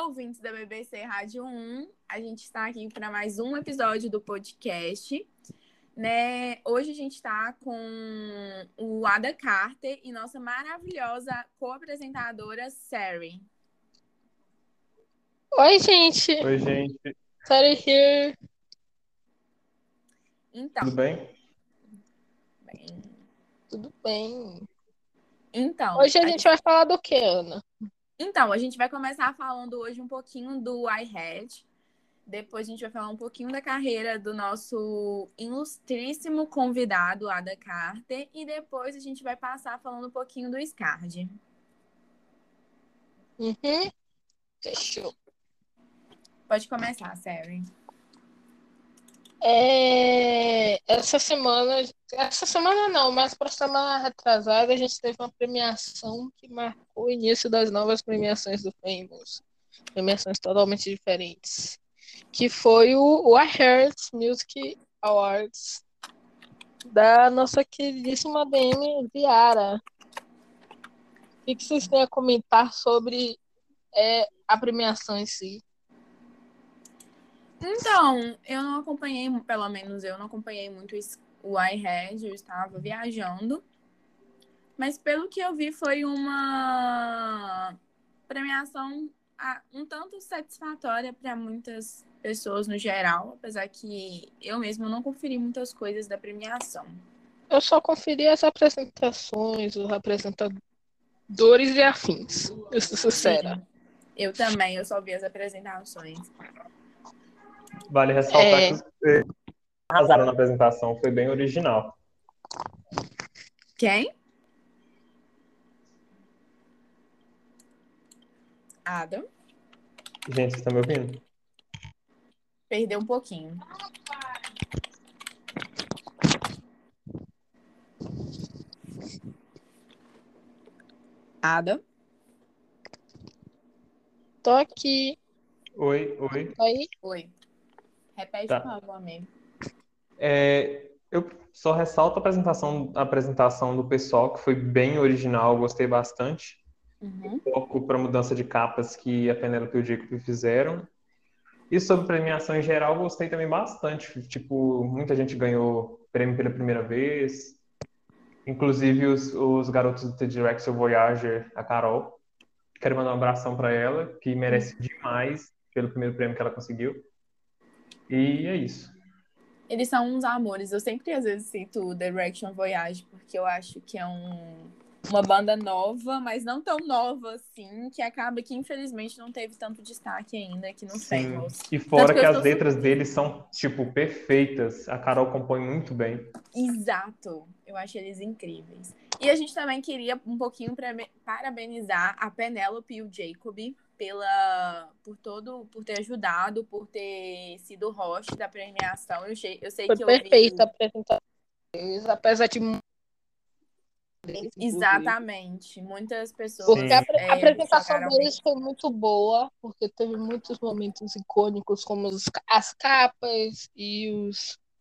ouvintes da BBC Rádio 1. A gente está aqui para mais um episódio do podcast. Né? Hoje a gente está com o Ada Carter e nossa maravilhosa co-apresentadora, Sari. Oi, gente. Oi, gente. Sari here. Então. Tudo bem? Tudo bem. Então. Hoje a gente vai falar do que, Ana? Então, a gente vai começar falando hoje um pouquinho do iHead. Depois a gente vai falar um pouquinho da carreira do nosso ilustríssimo convidado, Ada Carter. E depois a gente vai passar falando um pouquinho do SCARD. Fechou. Pode começar, Sari. Essa semana não, mas para semana retrasada a gente teve uma premiação que marcou o início das novas premiações do Famous. Premiações totalmente diferentes. Que foi o iHeart Music Awards da nossa queridíssima DM Viara. O que vocês têm a comentar sobre a premiação em si? Então, eu não acompanhei, pelo menos eu não acompanhei muito o iHead, eu estava viajando. Mas pelo que eu vi, foi uma premiação um tanto satisfatória para muitas pessoas no geral, apesar que eu mesmo não conferi muitas coisas da premiação. Eu só conferi as apresentações, os apresentadores e afins. Eu sou sincera. Sim, eu também, eu só vi as apresentações. Vale ressaltar que vocês arrasaram na apresentação, foi bem original. Quem? Adam? Gente, vocês estão me ouvindo? Perdeu um pouquinho. Adam? Tô aqui. Oi. Tá aí? Oi. Repete, Tá. por favor, amigo. Eu só ressalto a apresentação do pessoal, que foi bem original, gostei bastante. Um pouco para mudança de capas que a Penélope e o Jacob fizeram. E sobre premiação em geral, gostei também bastante. Tipo, muita gente ganhou prêmio pela primeira vez. Inclusive os garotos do The Direction Voyager, a Carol. Quero mandar um abração para ela, que merece demais pelo primeiro prêmio que ela conseguiu. E é isso. Eles são uns amores. Eu sempre, às vezes, cito o Direction Voyage, porque eu acho que é uma banda nova, mas não tão nova assim, que acaba que, infelizmente, não teve tanto destaque ainda aqui no Famous. E fora que as letras deles são, tipo, perfeitas. A Carol compõe muito bem. Exato. Eu acho eles incríveis. E a gente também queria um pouquinho parabenizar a Penélope e o Jacob por ter ajudado, por ter sido host da premiação. Eu sei Foi que perfeita a apresentação deles, apesar de... Exatamente. Muitas pessoas... Porque a apresentação deles foi muito boa, porque teve muitos momentos icônicos, como as capas e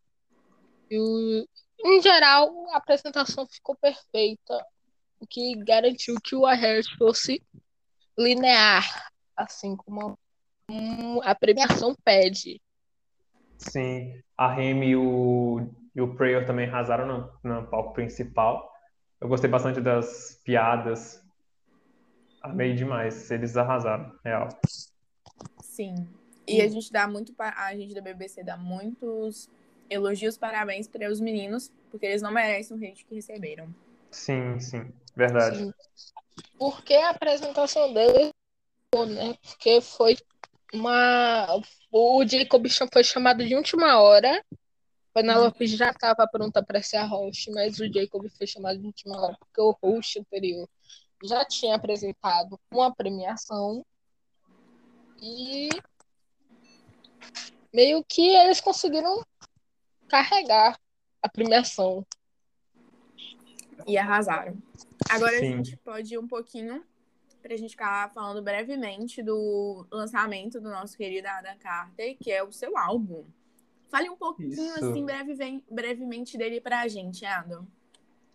em geral, a apresentação ficou perfeita, o que garantiu que o iHeart fosse linear, assim como a premiação pede. Sim, a Remy e o Prayer também arrasaram no palco principal. Eu gostei bastante das piadas. Amei demais. Eles arrasaram, real. Sim. E a gente da BBC dá muitos elogios, parabéns para os meninos, porque eles não merecem o hate que receberam. Sim, verdade. Sim. Porque a apresentação deles, né? Porque foi o Jacob foi chamado de última hora. Penélope já estava pronta para ser a host, mas o Jacob foi chamado de última hora porque o host anterior já tinha apresentado uma premiação e meio que eles conseguiram carregar a premiação. E arrasaram. Agora a gente pode ir um pouquinho para a gente ficar falando brevemente do lançamento do nosso querido Ada Carter, que é o seu álbum. Fale um pouquinho, assim, brevemente dele pra gente, Adam.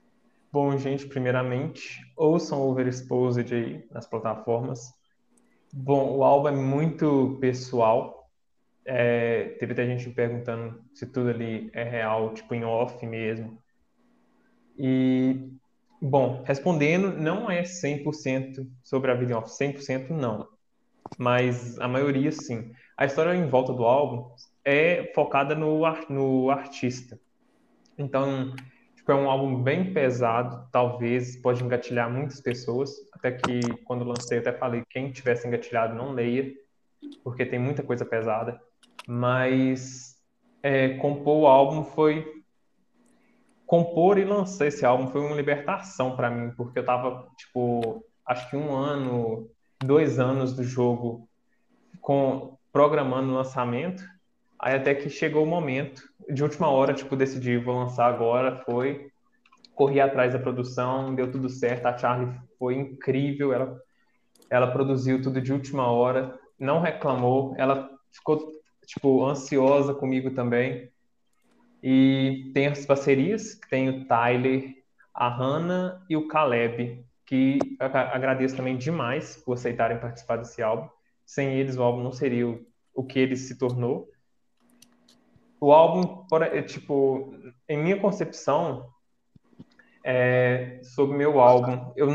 Bom, gente, primeiramente, ouçam Overexposed aí nas plataformas. Bom, o álbum é muito pessoal. Teve até gente me perguntando se tudo ali é real, tipo em off mesmo. E, bom, respondendo, não é 100% sobre a vida em off, 100% não, mas a maioria sim. A história em volta do álbum é focada no artista. Então, tipo, é um álbum bem pesado, talvez pode engatilhar muitas pessoas, até que quando lancei eu até falei, quem tivesse engatilhado não leia, porque tem muita coisa pesada, mas compor o álbum foi compor e lançar esse álbum foi uma libertação para mim, porque eu tava, tipo, acho que 1 ano, 2 anos do jogo programando o lançamento, aí até que chegou o momento, de última hora, tipo, decidi, vou lançar agora, corri atrás da produção, deu tudo certo, a Charlie foi incrível, ela produziu tudo de última hora, não reclamou, ela ficou, tipo, ansiosa comigo também, e tem as parcerias, que tem o Tyler, a Hannah e o Caleb, que eu agradeço também demais por aceitarem participar desse álbum. Sem eles, o álbum não seria o que ele se tornou. O álbum, tipo, em minha concepção, sobre o meu álbum, eu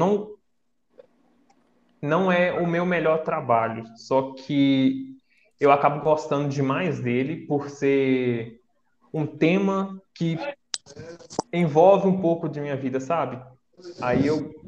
não é o meu melhor trabalho, só que eu acabo gostando demais dele por ser um tema que envolve um pouco de minha vida, sabe? Aí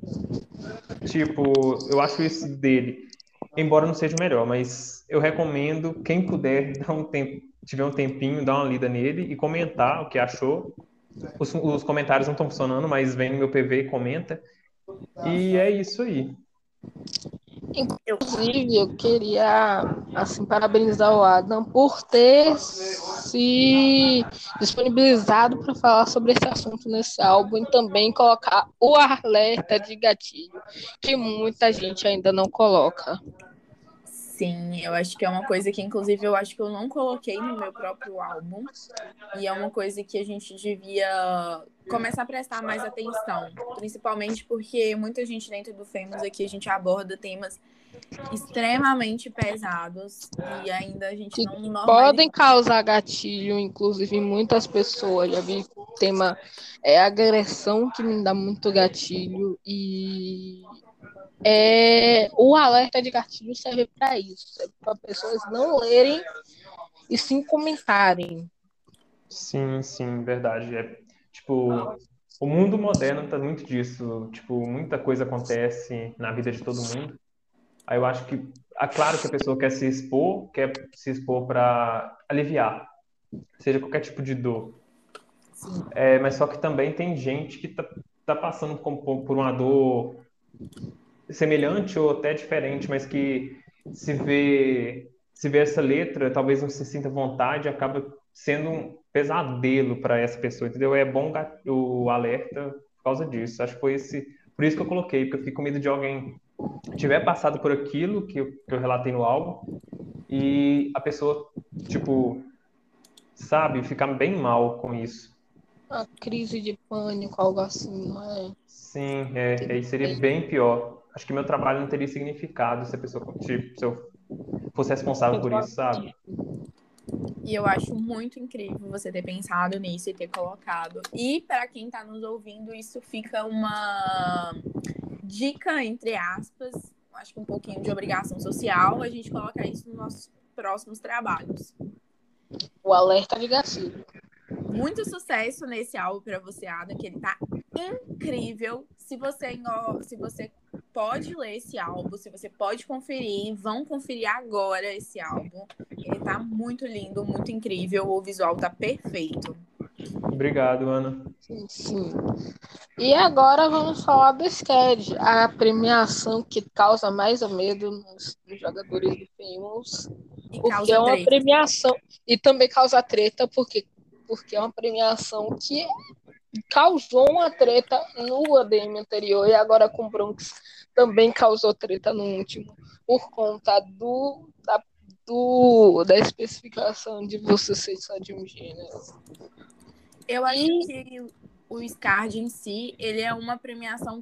eu acho esse dele, embora não seja o melhor, mas eu recomendo quem puder dar um tempo, tiver um tempinho, dar uma lida nele e comentar o que achou. Os comentários não estão funcionando, mas vem no meu PV e comenta. E é isso aí. Inclusive, eu queria assim parabenizar o Adam por ter se disponibilizado para falar sobre esse assunto nesse álbum e também colocar o alerta de gatilho, que muita gente ainda não coloca. Sim, eu acho que é uma coisa que, inclusive, eu acho que eu não coloquei no meu próprio álbum. E é uma coisa que a gente devia começar a prestar mais atenção. Principalmente porque muita gente dentro do Famous aqui, a gente aborda temas extremamente pesados e ainda a gente Que não normaliza. podem causar gatilho, inclusive em muitas pessoas. Já vi o tema agressão, que me dá muito gatilho, e o alerta de gatilho serve para isso, serve para pessoas não lerem e sim comentarem. Sim, sim, verdade. Tipo, o mundo moderno tá muito disso. Tipo, muita coisa acontece na vida de todo mundo. Aí eu acho que, claro que a pessoa quer se expor para aliviar, seja qualquer tipo de dor. Mas só que também tem gente que tá passando por uma dor semelhante ou até diferente, mas que se vê essa letra, talvez não se sinta vontade, acaba sendo um pesadelo para essa pessoa, entendeu? É bom o alerta por causa disso. Acho que foi por isso que eu coloquei, porque eu fico com medo de alguém tiver passado por aquilo que eu relatei no álbum e a pessoa, tipo, sabe, ficar bem mal com isso. Uma crise de pânico, algo assim, não é? Sim, aí seria bem pior. Acho que meu trabalho não teria significado se a pessoa, tipo, se eu fosse responsável por isso, sabe? E eu acho muito incrível você ter pensado nisso e ter colocado. E para quem está nos ouvindo, isso fica uma dica, entre aspas, acho que um pouquinho de obrigação social, a gente colocar isso nos nossos próximos trabalhos. O alerta de gatilho. Muito sucesso nesse álbum para você, Ada, que ele tá incrível. Se você pode ler esse álbum, se você pode conferir, vão conferir agora esse álbum. Ele tá muito lindo, muito incrível, o visual tá perfeito. Obrigado, Ana. Sim, sim. E agora vamos falar do SCAD, a premiação que causa mais medo nos jogadores do Famous, E porque é uma premiação, e também causa treta, porque é uma premiação que causou uma treta no ADM anterior e agora com o Bronx também causou treta no último, por conta da especificação de você ser só de um gênero. Eu acho que o SCAD em si, ele é uma premiação que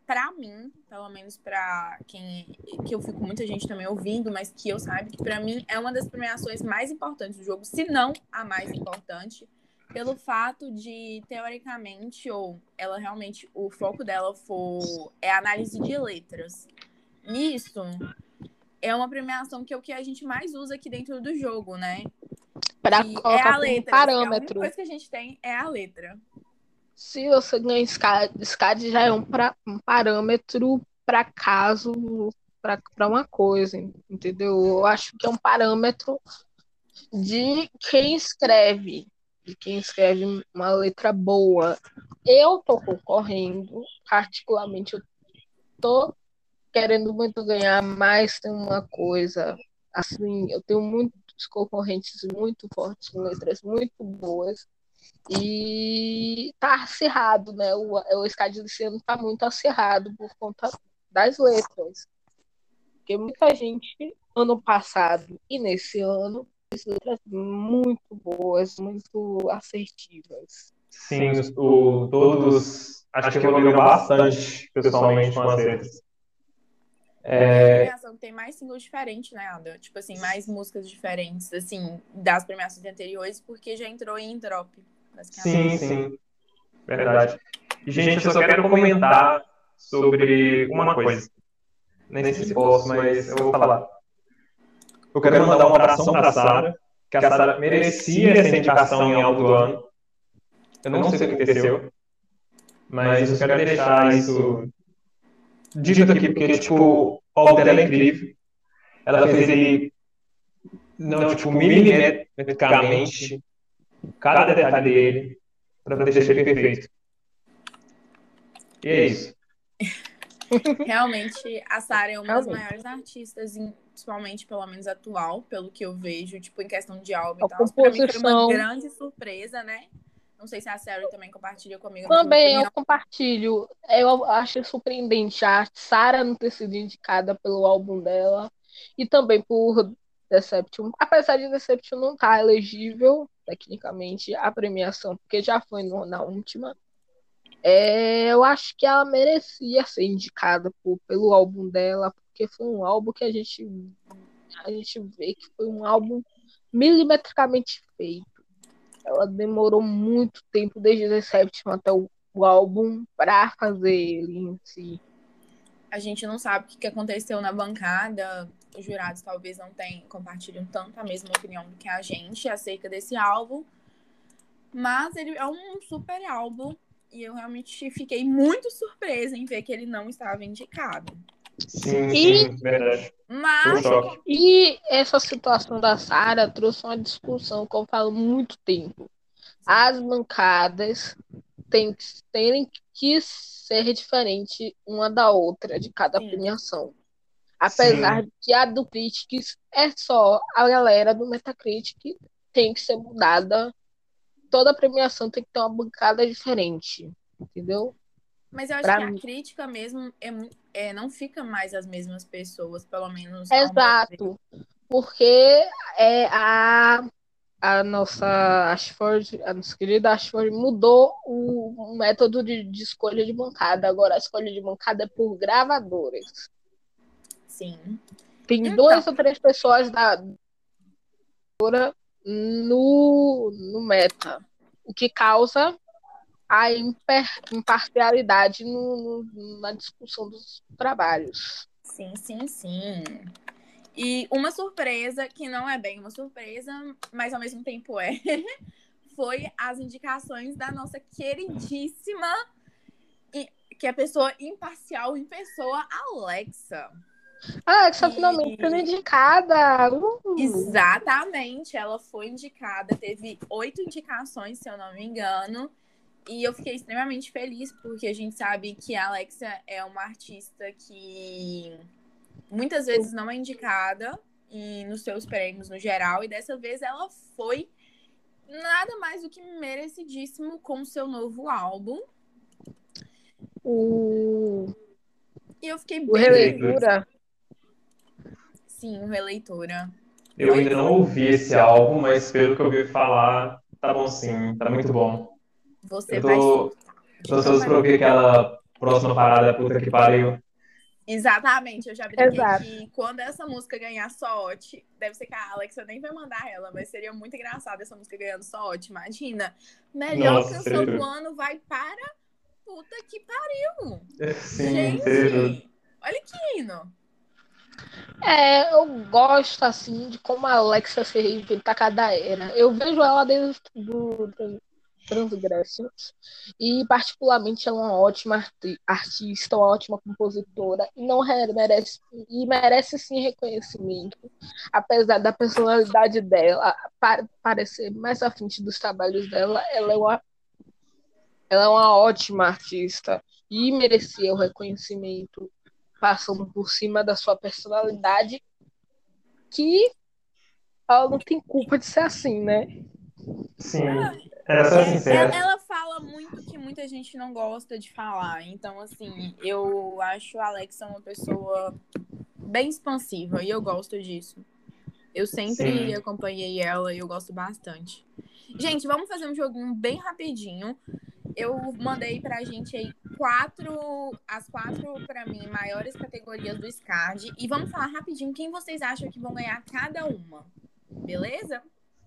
pra mim, pelo menos pra quem... Que eu fico muita gente também ouvindo, mas que eu saiba que pra mim é uma das premiações mais importantes do jogo, se não a mais importante, pelo fato de, teoricamente, ou ela realmente, o foco dela é a análise de letras. Nisso, é uma premiação que é o que a gente mais usa aqui dentro do jogo, né? Para Que é colocar a como letra. parâmetro. A única coisa que a gente tem é a letra. Se você ganha SCAD já é um parâmetro para caso, para uma coisa, entendeu? Eu acho que é um parâmetro de quem escreve uma letra boa. Eu tô concorrendo, particularmente, eu tô querendo muito ganhar, mas tem uma coisa, assim, eu tenho muitos concorrentes muito fortes, com letras muito boas, e tá acirrado, né? O SCAD desse ano tá muito acirrado por conta das letras. Porque muita gente, ano passado e nesse ano, fez letras muito boas, muito assertivas. Sim, todos acho que evoluíram bastante pessoalmente com as letras. É a premiação que tem mais singles diferentes, né, Ada? Tipo assim, mais músicas diferentes, assim, das premiações anteriores, porque já entrou em drop. Sim, verdade. E, gente, eu só quero comentar sobre uma coisa. Nem sei se posso, mas eu vou falar. Eu quero mandar um abração pra Sara, que a Sara merecia essa indicação em álbum do ano. Eu não sei o que aconteceu, mas eu só quero deixar isso dito aqui, porque, tipo, o álbum dela é incrível. Ela fez ele, não, tipo, milimetricamente, cada detalhe dele, pra deixar ele perfeito. E é isso. Realmente, a Sara é uma das maiores artistas, principalmente, pelo menos atual, pelo que eu vejo, tipo, em questão de álbum e tal. Pra mim foi uma grande surpresa, né? Não sei se a Sarah também compartilha comigo. Também eu compartilho. Eu acho surpreendente a Sara não ter sido indicada pelo álbum dela e também por Deception. Apesar de Deception não estar elegível, tecnicamente, a premiação, porque já foi na última. Eu acho que ela merecia ser indicada pelo álbum dela, porque foi um álbum que a gente vê que foi um álbum milimetricamente feito. Ela demorou muito tempo, desde Deception até o álbum, para fazer ele em si. A gente não sabe o que aconteceu na bancada. Os jurados talvez não compartilham tanto a mesma opinião do que a gente acerca desse álbum. Mas ele é um super álbum. E eu realmente fiquei muito surpresa em ver que ele não estava indicado. Sim, verdade. Mas... E essa situação da Sara trouxe uma discussão que eu falo há muito tempo. As bancadas têm que ser diferente uma da outra, de cada premiação. Apesar de que a do Critics é só a galera do Metacritic tem que ser mudada. Toda premiação tem que ter uma bancada diferente, entendeu? Mas eu acho que a crítica mesmo não fica mais as mesmas pessoas, pelo menos. Exato, porque a nossa Ashford, a nossa querida Ashford, mudou o método de escolha de bancada. Agora a escolha de bancada é por gravadoras. Sim. Tem 2 ou 3 pessoas da no meta, o que causa a imparcialidade na discussão dos trabalhos. Sim. E uma surpresa, que não é bem uma surpresa, mas ao mesmo tempo foi as indicações da nossa queridíssima, que é a pessoa imparcial em pessoa, Alexa. Alexa finalmente foi indicada! Exatamente, ela foi indicada, teve 8 indicações, se eu não me engano. E eu fiquei extremamente feliz, porque a gente sabe que a Alexa é uma artista que muitas vezes não é indicada nos seus prêmios no geral. E dessa vez ela foi nada mais do que merecidíssimo com o seu novo álbum. E eu fiquei bem Releitura. Sim, o Releitura. Eu ainda não ouvi esse álbum, mas pelo que eu ouvi falar, tá bom sim, tá muito bom. Você vai tô ansioso pra ouvir próxima parada, puta que pariu. Exatamente, eu já brinquei Exato. que quando essa música ganhar sorte, deve ser que a Alexa nem vai mandar ela, mas seria muito engraçado essa música ganhando sorte. Imagina, melhor Nossa, canção seria do tudo. ano vai para puta que pariu. Sim, seria tudo. Gente, olha que hino. Eu gosto, assim, de como a Alexa se reinventa a cada era. Eu vejo ela desde do Transgressions e, particularmente, ela é uma ótima artista, uma ótima compositora e não merece, e merece, sim, reconhecimento. Apesar da personalidade dela parecer mais à frente dos trabalhos dela, ela é uma ótima artista e merecia o reconhecimento, passando por cima da sua personalidade, que ela não tem culpa de ser assim, né? Sim, era só sincero. Ela fala muito que muita gente não gosta de falar. Então, assim, eu acho a Alexa uma pessoa bem expansiva e eu gosto disso. Eu sempre Sim. acompanhei ela e eu gosto bastante. Gente, vamos fazer um joguinho bem rapidinho. Eu mandei pra gente aí as quatro, pra mim, maiores categorias do SCAD. E vamos falar rapidinho quem vocês acham que vão ganhar cada uma. Beleza?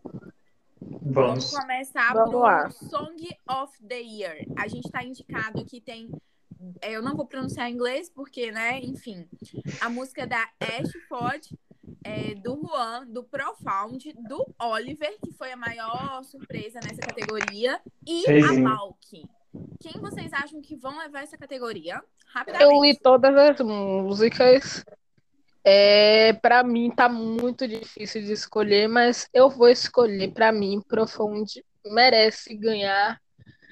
Vamos Vamos. começar Vamos pro lá. Song of the Year. A gente tá indicado aqui, tem... Eu não vou pronunciar em inglês, porque, né, enfim. A música da Ashford, do Juan, do Profound, do Oliver, que foi a maior surpresa nessa categoria, e a Reizinho. Malky. Quem vocês acham que vão levar essa categoria? Eu Rapidamente. li todas as músicas. Para mim tá muito difícil de escolher, mas eu vou escolher. Para mim, Profound merece ganhar,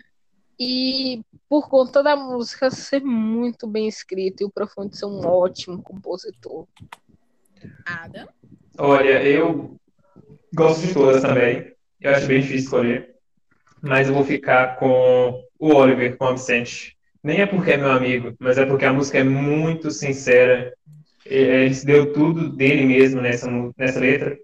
e por conta da música ser muito bem escrita e o Profound ser um ótimo compositor. Adam. Olha, eu gosto de todas também. Eu acho bem difícil escolher. Mas eu vou ficar com o Oliver, com Absent. Nem é porque é meu amigo, mas é porque a música é muito sincera. Ele se deu tudo dele mesmo nessa letra.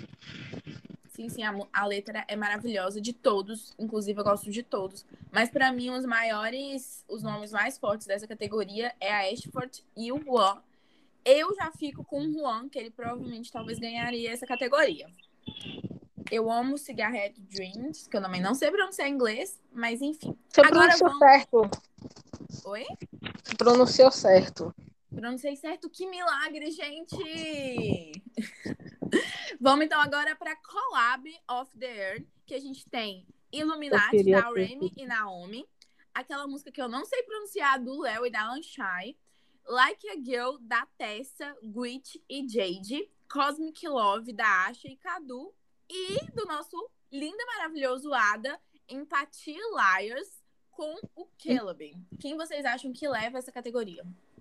Sim, sim, a letra é maravilhosa de todos, inclusive eu gosto de todos. Mas pra mim os nomes mais fortes dessa categoria é a Ashford e o Juan. Eu já fico com o Juan, que ele provavelmente talvez ganharia essa categoria. Eu amo Cigarette Dreams, que eu também não sei pronunciar em inglês, mas enfim. Você Agora pronunciou vamos... certo. Oi? Você pronunciou certo. Pronunciei certo? Que milagre, gente! Vamos então agora para Collab of the Year, que a gente tem Illuminati, da Remy e Naomi. Aquela música que eu não sei pronunciar, do Léo e da Lanshai. Like a Girl, da Tessa, Gwitch e Jade. Cosmic Love, da Asha e Cadu. E do nosso lindo e maravilhoso Ada, Empathy Liars, com o Caleb. Quem vocês acham que leva essa categoria?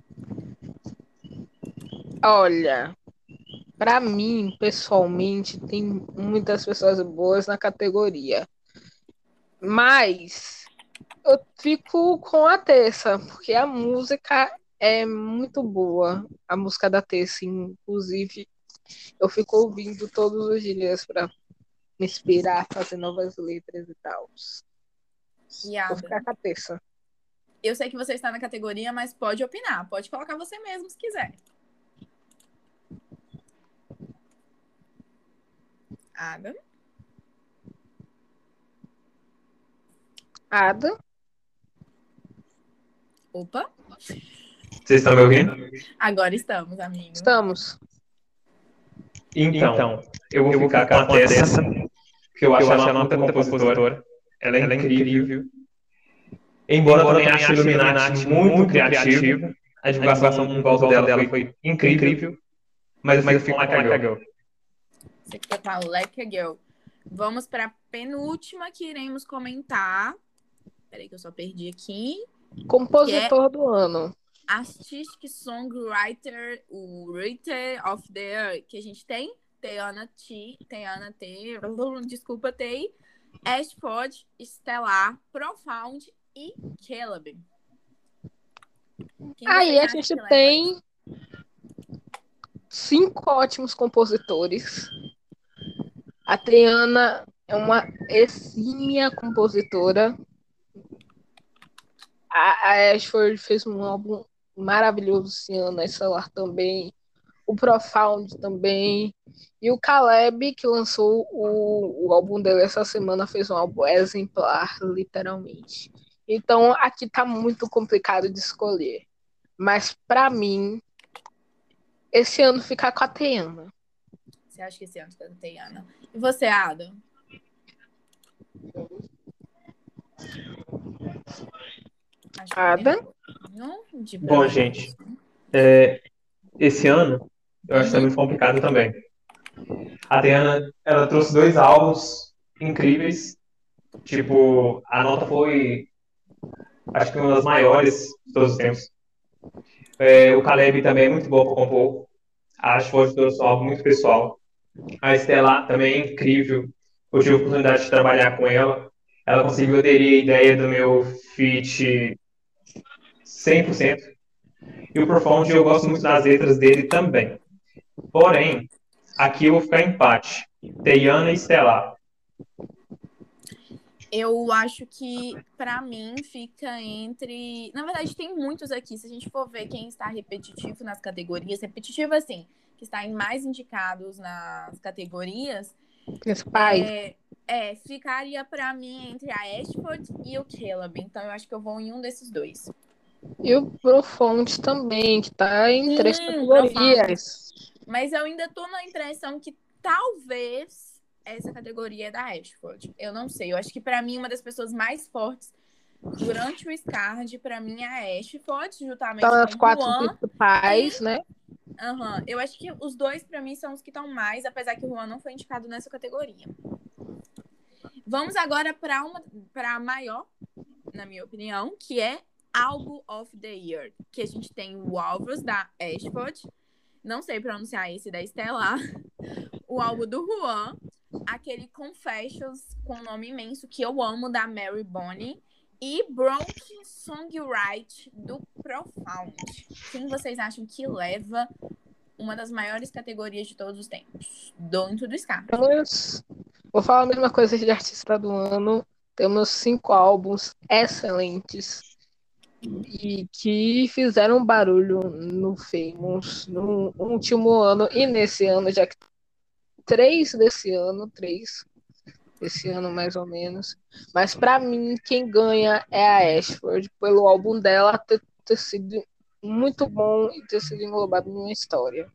Olha, para mim, pessoalmente, tem muitas pessoas boas na categoria. Mas eu fico com a Tessa, porque a música é muito boa. A música da Tessa, inclusive, eu fico ouvindo todos os dias para me inspirar a fazer novas letras e tal. Vou ficar com a Tessa. Eu sei que você está na categoria, mas pode opinar. Pode colocar você mesmo se quiser. Ada. Ada. Opa. Vocês estão me ouvindo? Agora estamos, amigo. Estamos. Então, eu vou ficar com a Tessa, porque eu acho ela uma puta compositora. Ela é incrível. Embora eu também ache Illuminati muito criativo, a divulgação em volta dela foi incrível, mas eu fico com Like a Girl. Você fica com a Like a Girl. Vamos para a penúltima que iremos comentar. Peraí que eu só perdi aqui. Compositor do ano. Artistic Songwriter, o Writer of the Year, que a gente tem Teyana T, desculpa, Tey, Ashford, Stellar, Profound e Caleb. Aí a gente tem 5 ótimos compositores. A Teyana é uma exímia compositora. A Ashford fez um álbum maravilhoso esse ano, a Stellar também, o Profound também, e o Caleb, que lançou o álbum dele essa semana, fez um álbum exemplar, literalmente. Então, aqui tá muito complicado de escolher. Mas, pra mim, esse ano ficar com a Teyana. Você acha que esse ano fica com a Teyana? E você, Ada? Acho que Ada? Bom, gente, esse ano eu acho que tá muito complicado também. A Teyana, ela trouxe 2 álbuns incríveis. Tipo, a nota foi, acho que uma das maiores de todos os tempos. O Caleb também é muito bom para compor. A Ashford trouxe um álbum muito pessoal. A Estela também é incrível. Eu tive a oportunidade de trabalhar com ela. Ela conseguiu aderir à ideia do meu feat 100%. E o Profound, eu gosto muito das letras dele também. Porém, aqui eu vou ficar empate. Teyana e Estela. Eu acho que, pra mim, fica entre... Na verdade, tem muitos aqui. Se a gente for ver quem está repetitivo nas categorias, repetitivo assim, que está em mais indicados nas categorias, Principais. ficaria pra mim entre a Ashford e o Caleb. Então, eu acho que eu vou em um desses dois. E o Profound também, que tá em 3 categorias. Mas eu ainda tô na impressão que talvez essa categoria é da Ashford. Eu não sei. Eu acho que pra mim uma das pessoas mais fortes durante o Scard, pra mim é a Ashford, juntamente Tá nas com o 4 Juan. principais, né? Eu acho que os dois pra mim são os que estão mais, apesar que o Juan não foi indicado nessa categoria. Vamos agora pra a maior, na minha opinião, que é Album of the Year, que a gente tem o Walrus da Ashford, não sei pronunciar esse da Stellar, o álbum do Juan, aquele Confessions com nome imenso que eu amo da Mary Bonnie e Bronx Songwrite do Profound. Quem vocês acham que leva uma das maiores categorias de todos os tempos dentro do Scar? Vou falar a mesma coisa de artista do ano. Temos 5 álbuns excelentes e que fizeram barulho no Famous no último ano e nesse ano, já que 3 desse ano mais ou menos. Mas pra mim, quem ganha é a Ashford, pelo álbum dela ter sido muito bom e ter sido englobado numa história.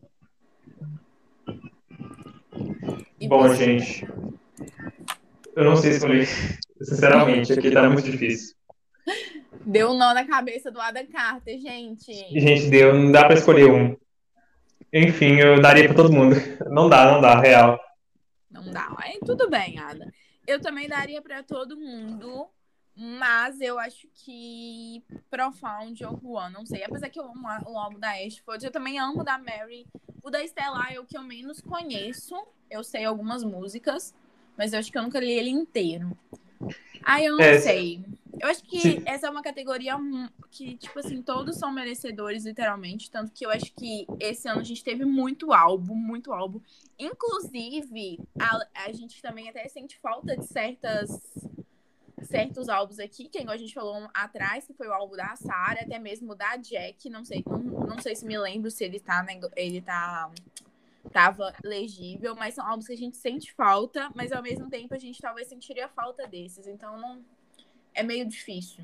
Bom, gente, eu não sei escolher, sinceramente, aqui tá muito difícil. Deu um nó na cabeça do Adam Carter, gente. Gente, não dá pra escolher um. Enfim, eu daria pra todo mundo. Não dá, real. Não dá. Tudo bem, Ada. Eu também daria pra todo mundo, mas eu acho que Profound ou Juan, não sei. Apesar que eu amo o álbum da Ashford, eu também amo o da Mary. O da Stellar é o que eu menos conheço. Eu sei algumas músicas, mas eu acho que eu nunca li ele inteiro. Eu não sei. Eu acho que essa é uma categoria que, tipo assim, todos são merecedores, literalmente. Tanto que eu acho que esse ano a gente teve muito álbum, muito álbum. Inclusive, a gente também até sente falta de certos álbuns aqui, que igual a gente falou atrás, que foi o álbum da Sarah, até mesmo da Jack. Não sei se me lembro se tava legível, mas são álbuns que a gente sente falta, mas ao mesmo tempo a gente talvez sentiria falta desses, então não é meio difícil.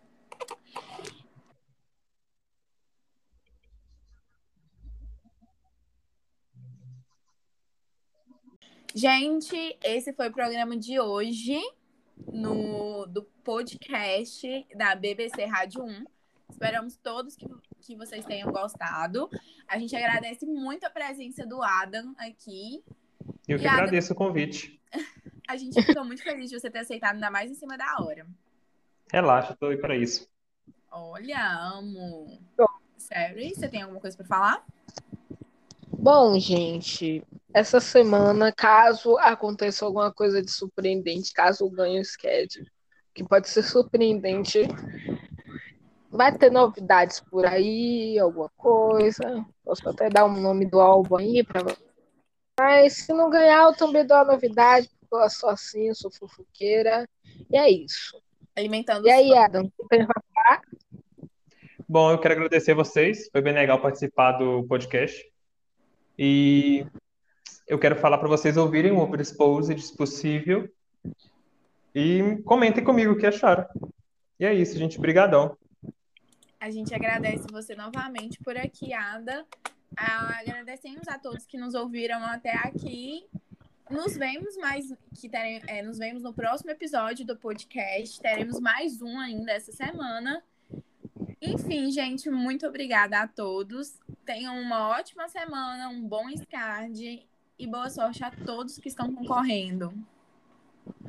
Gente, esse foi o programa de hoje do podcast da BBC Rádio 1. Esperamos todos que vocês tenham gostado. A gente agradece muito a presença do Adam aqui. Eu que agradeço o convite. A gente fica muito feliz de você ter aceitado, ainda mais em cima da hora. Relaxa, tô aí para isso. Olha, amo. Sério, você tem alguma coisa para falar? Bom, gente, essa semana, caso aconteça alguma coisa de surpreendente, caso ganhe o schedule, que pode ser surpreendente, vai ter novidades por aí, alguma coisa. Posso até dar o nome do álbum aí para você. Mas se não ganhar, eu também dou a novidade, porque eu sou assim, eu sou fofoqueira. E é isso. Alimentando e aí, Adam, tem pra falar? Bom, eu quero agradecer a vocês. Foi bem legal participar do podcast. E eu quero falar para vocês ouvirem o Overexposed, se possível. E comentem comigo o que acharam. E é isso, gente. Brigadão. A gente agradece você novamente por aqui, Ada. Agradecemos a todos que nos ouviram até aqui. Nos vemos nos vemos no próximo episódio do podcast. Teremos mais um ainda essa semana. Enfim, gente, muito obrigada a todos. Tenham uma ótima semana, um bom SCARD e boa sorte a todos que estão concorrendo.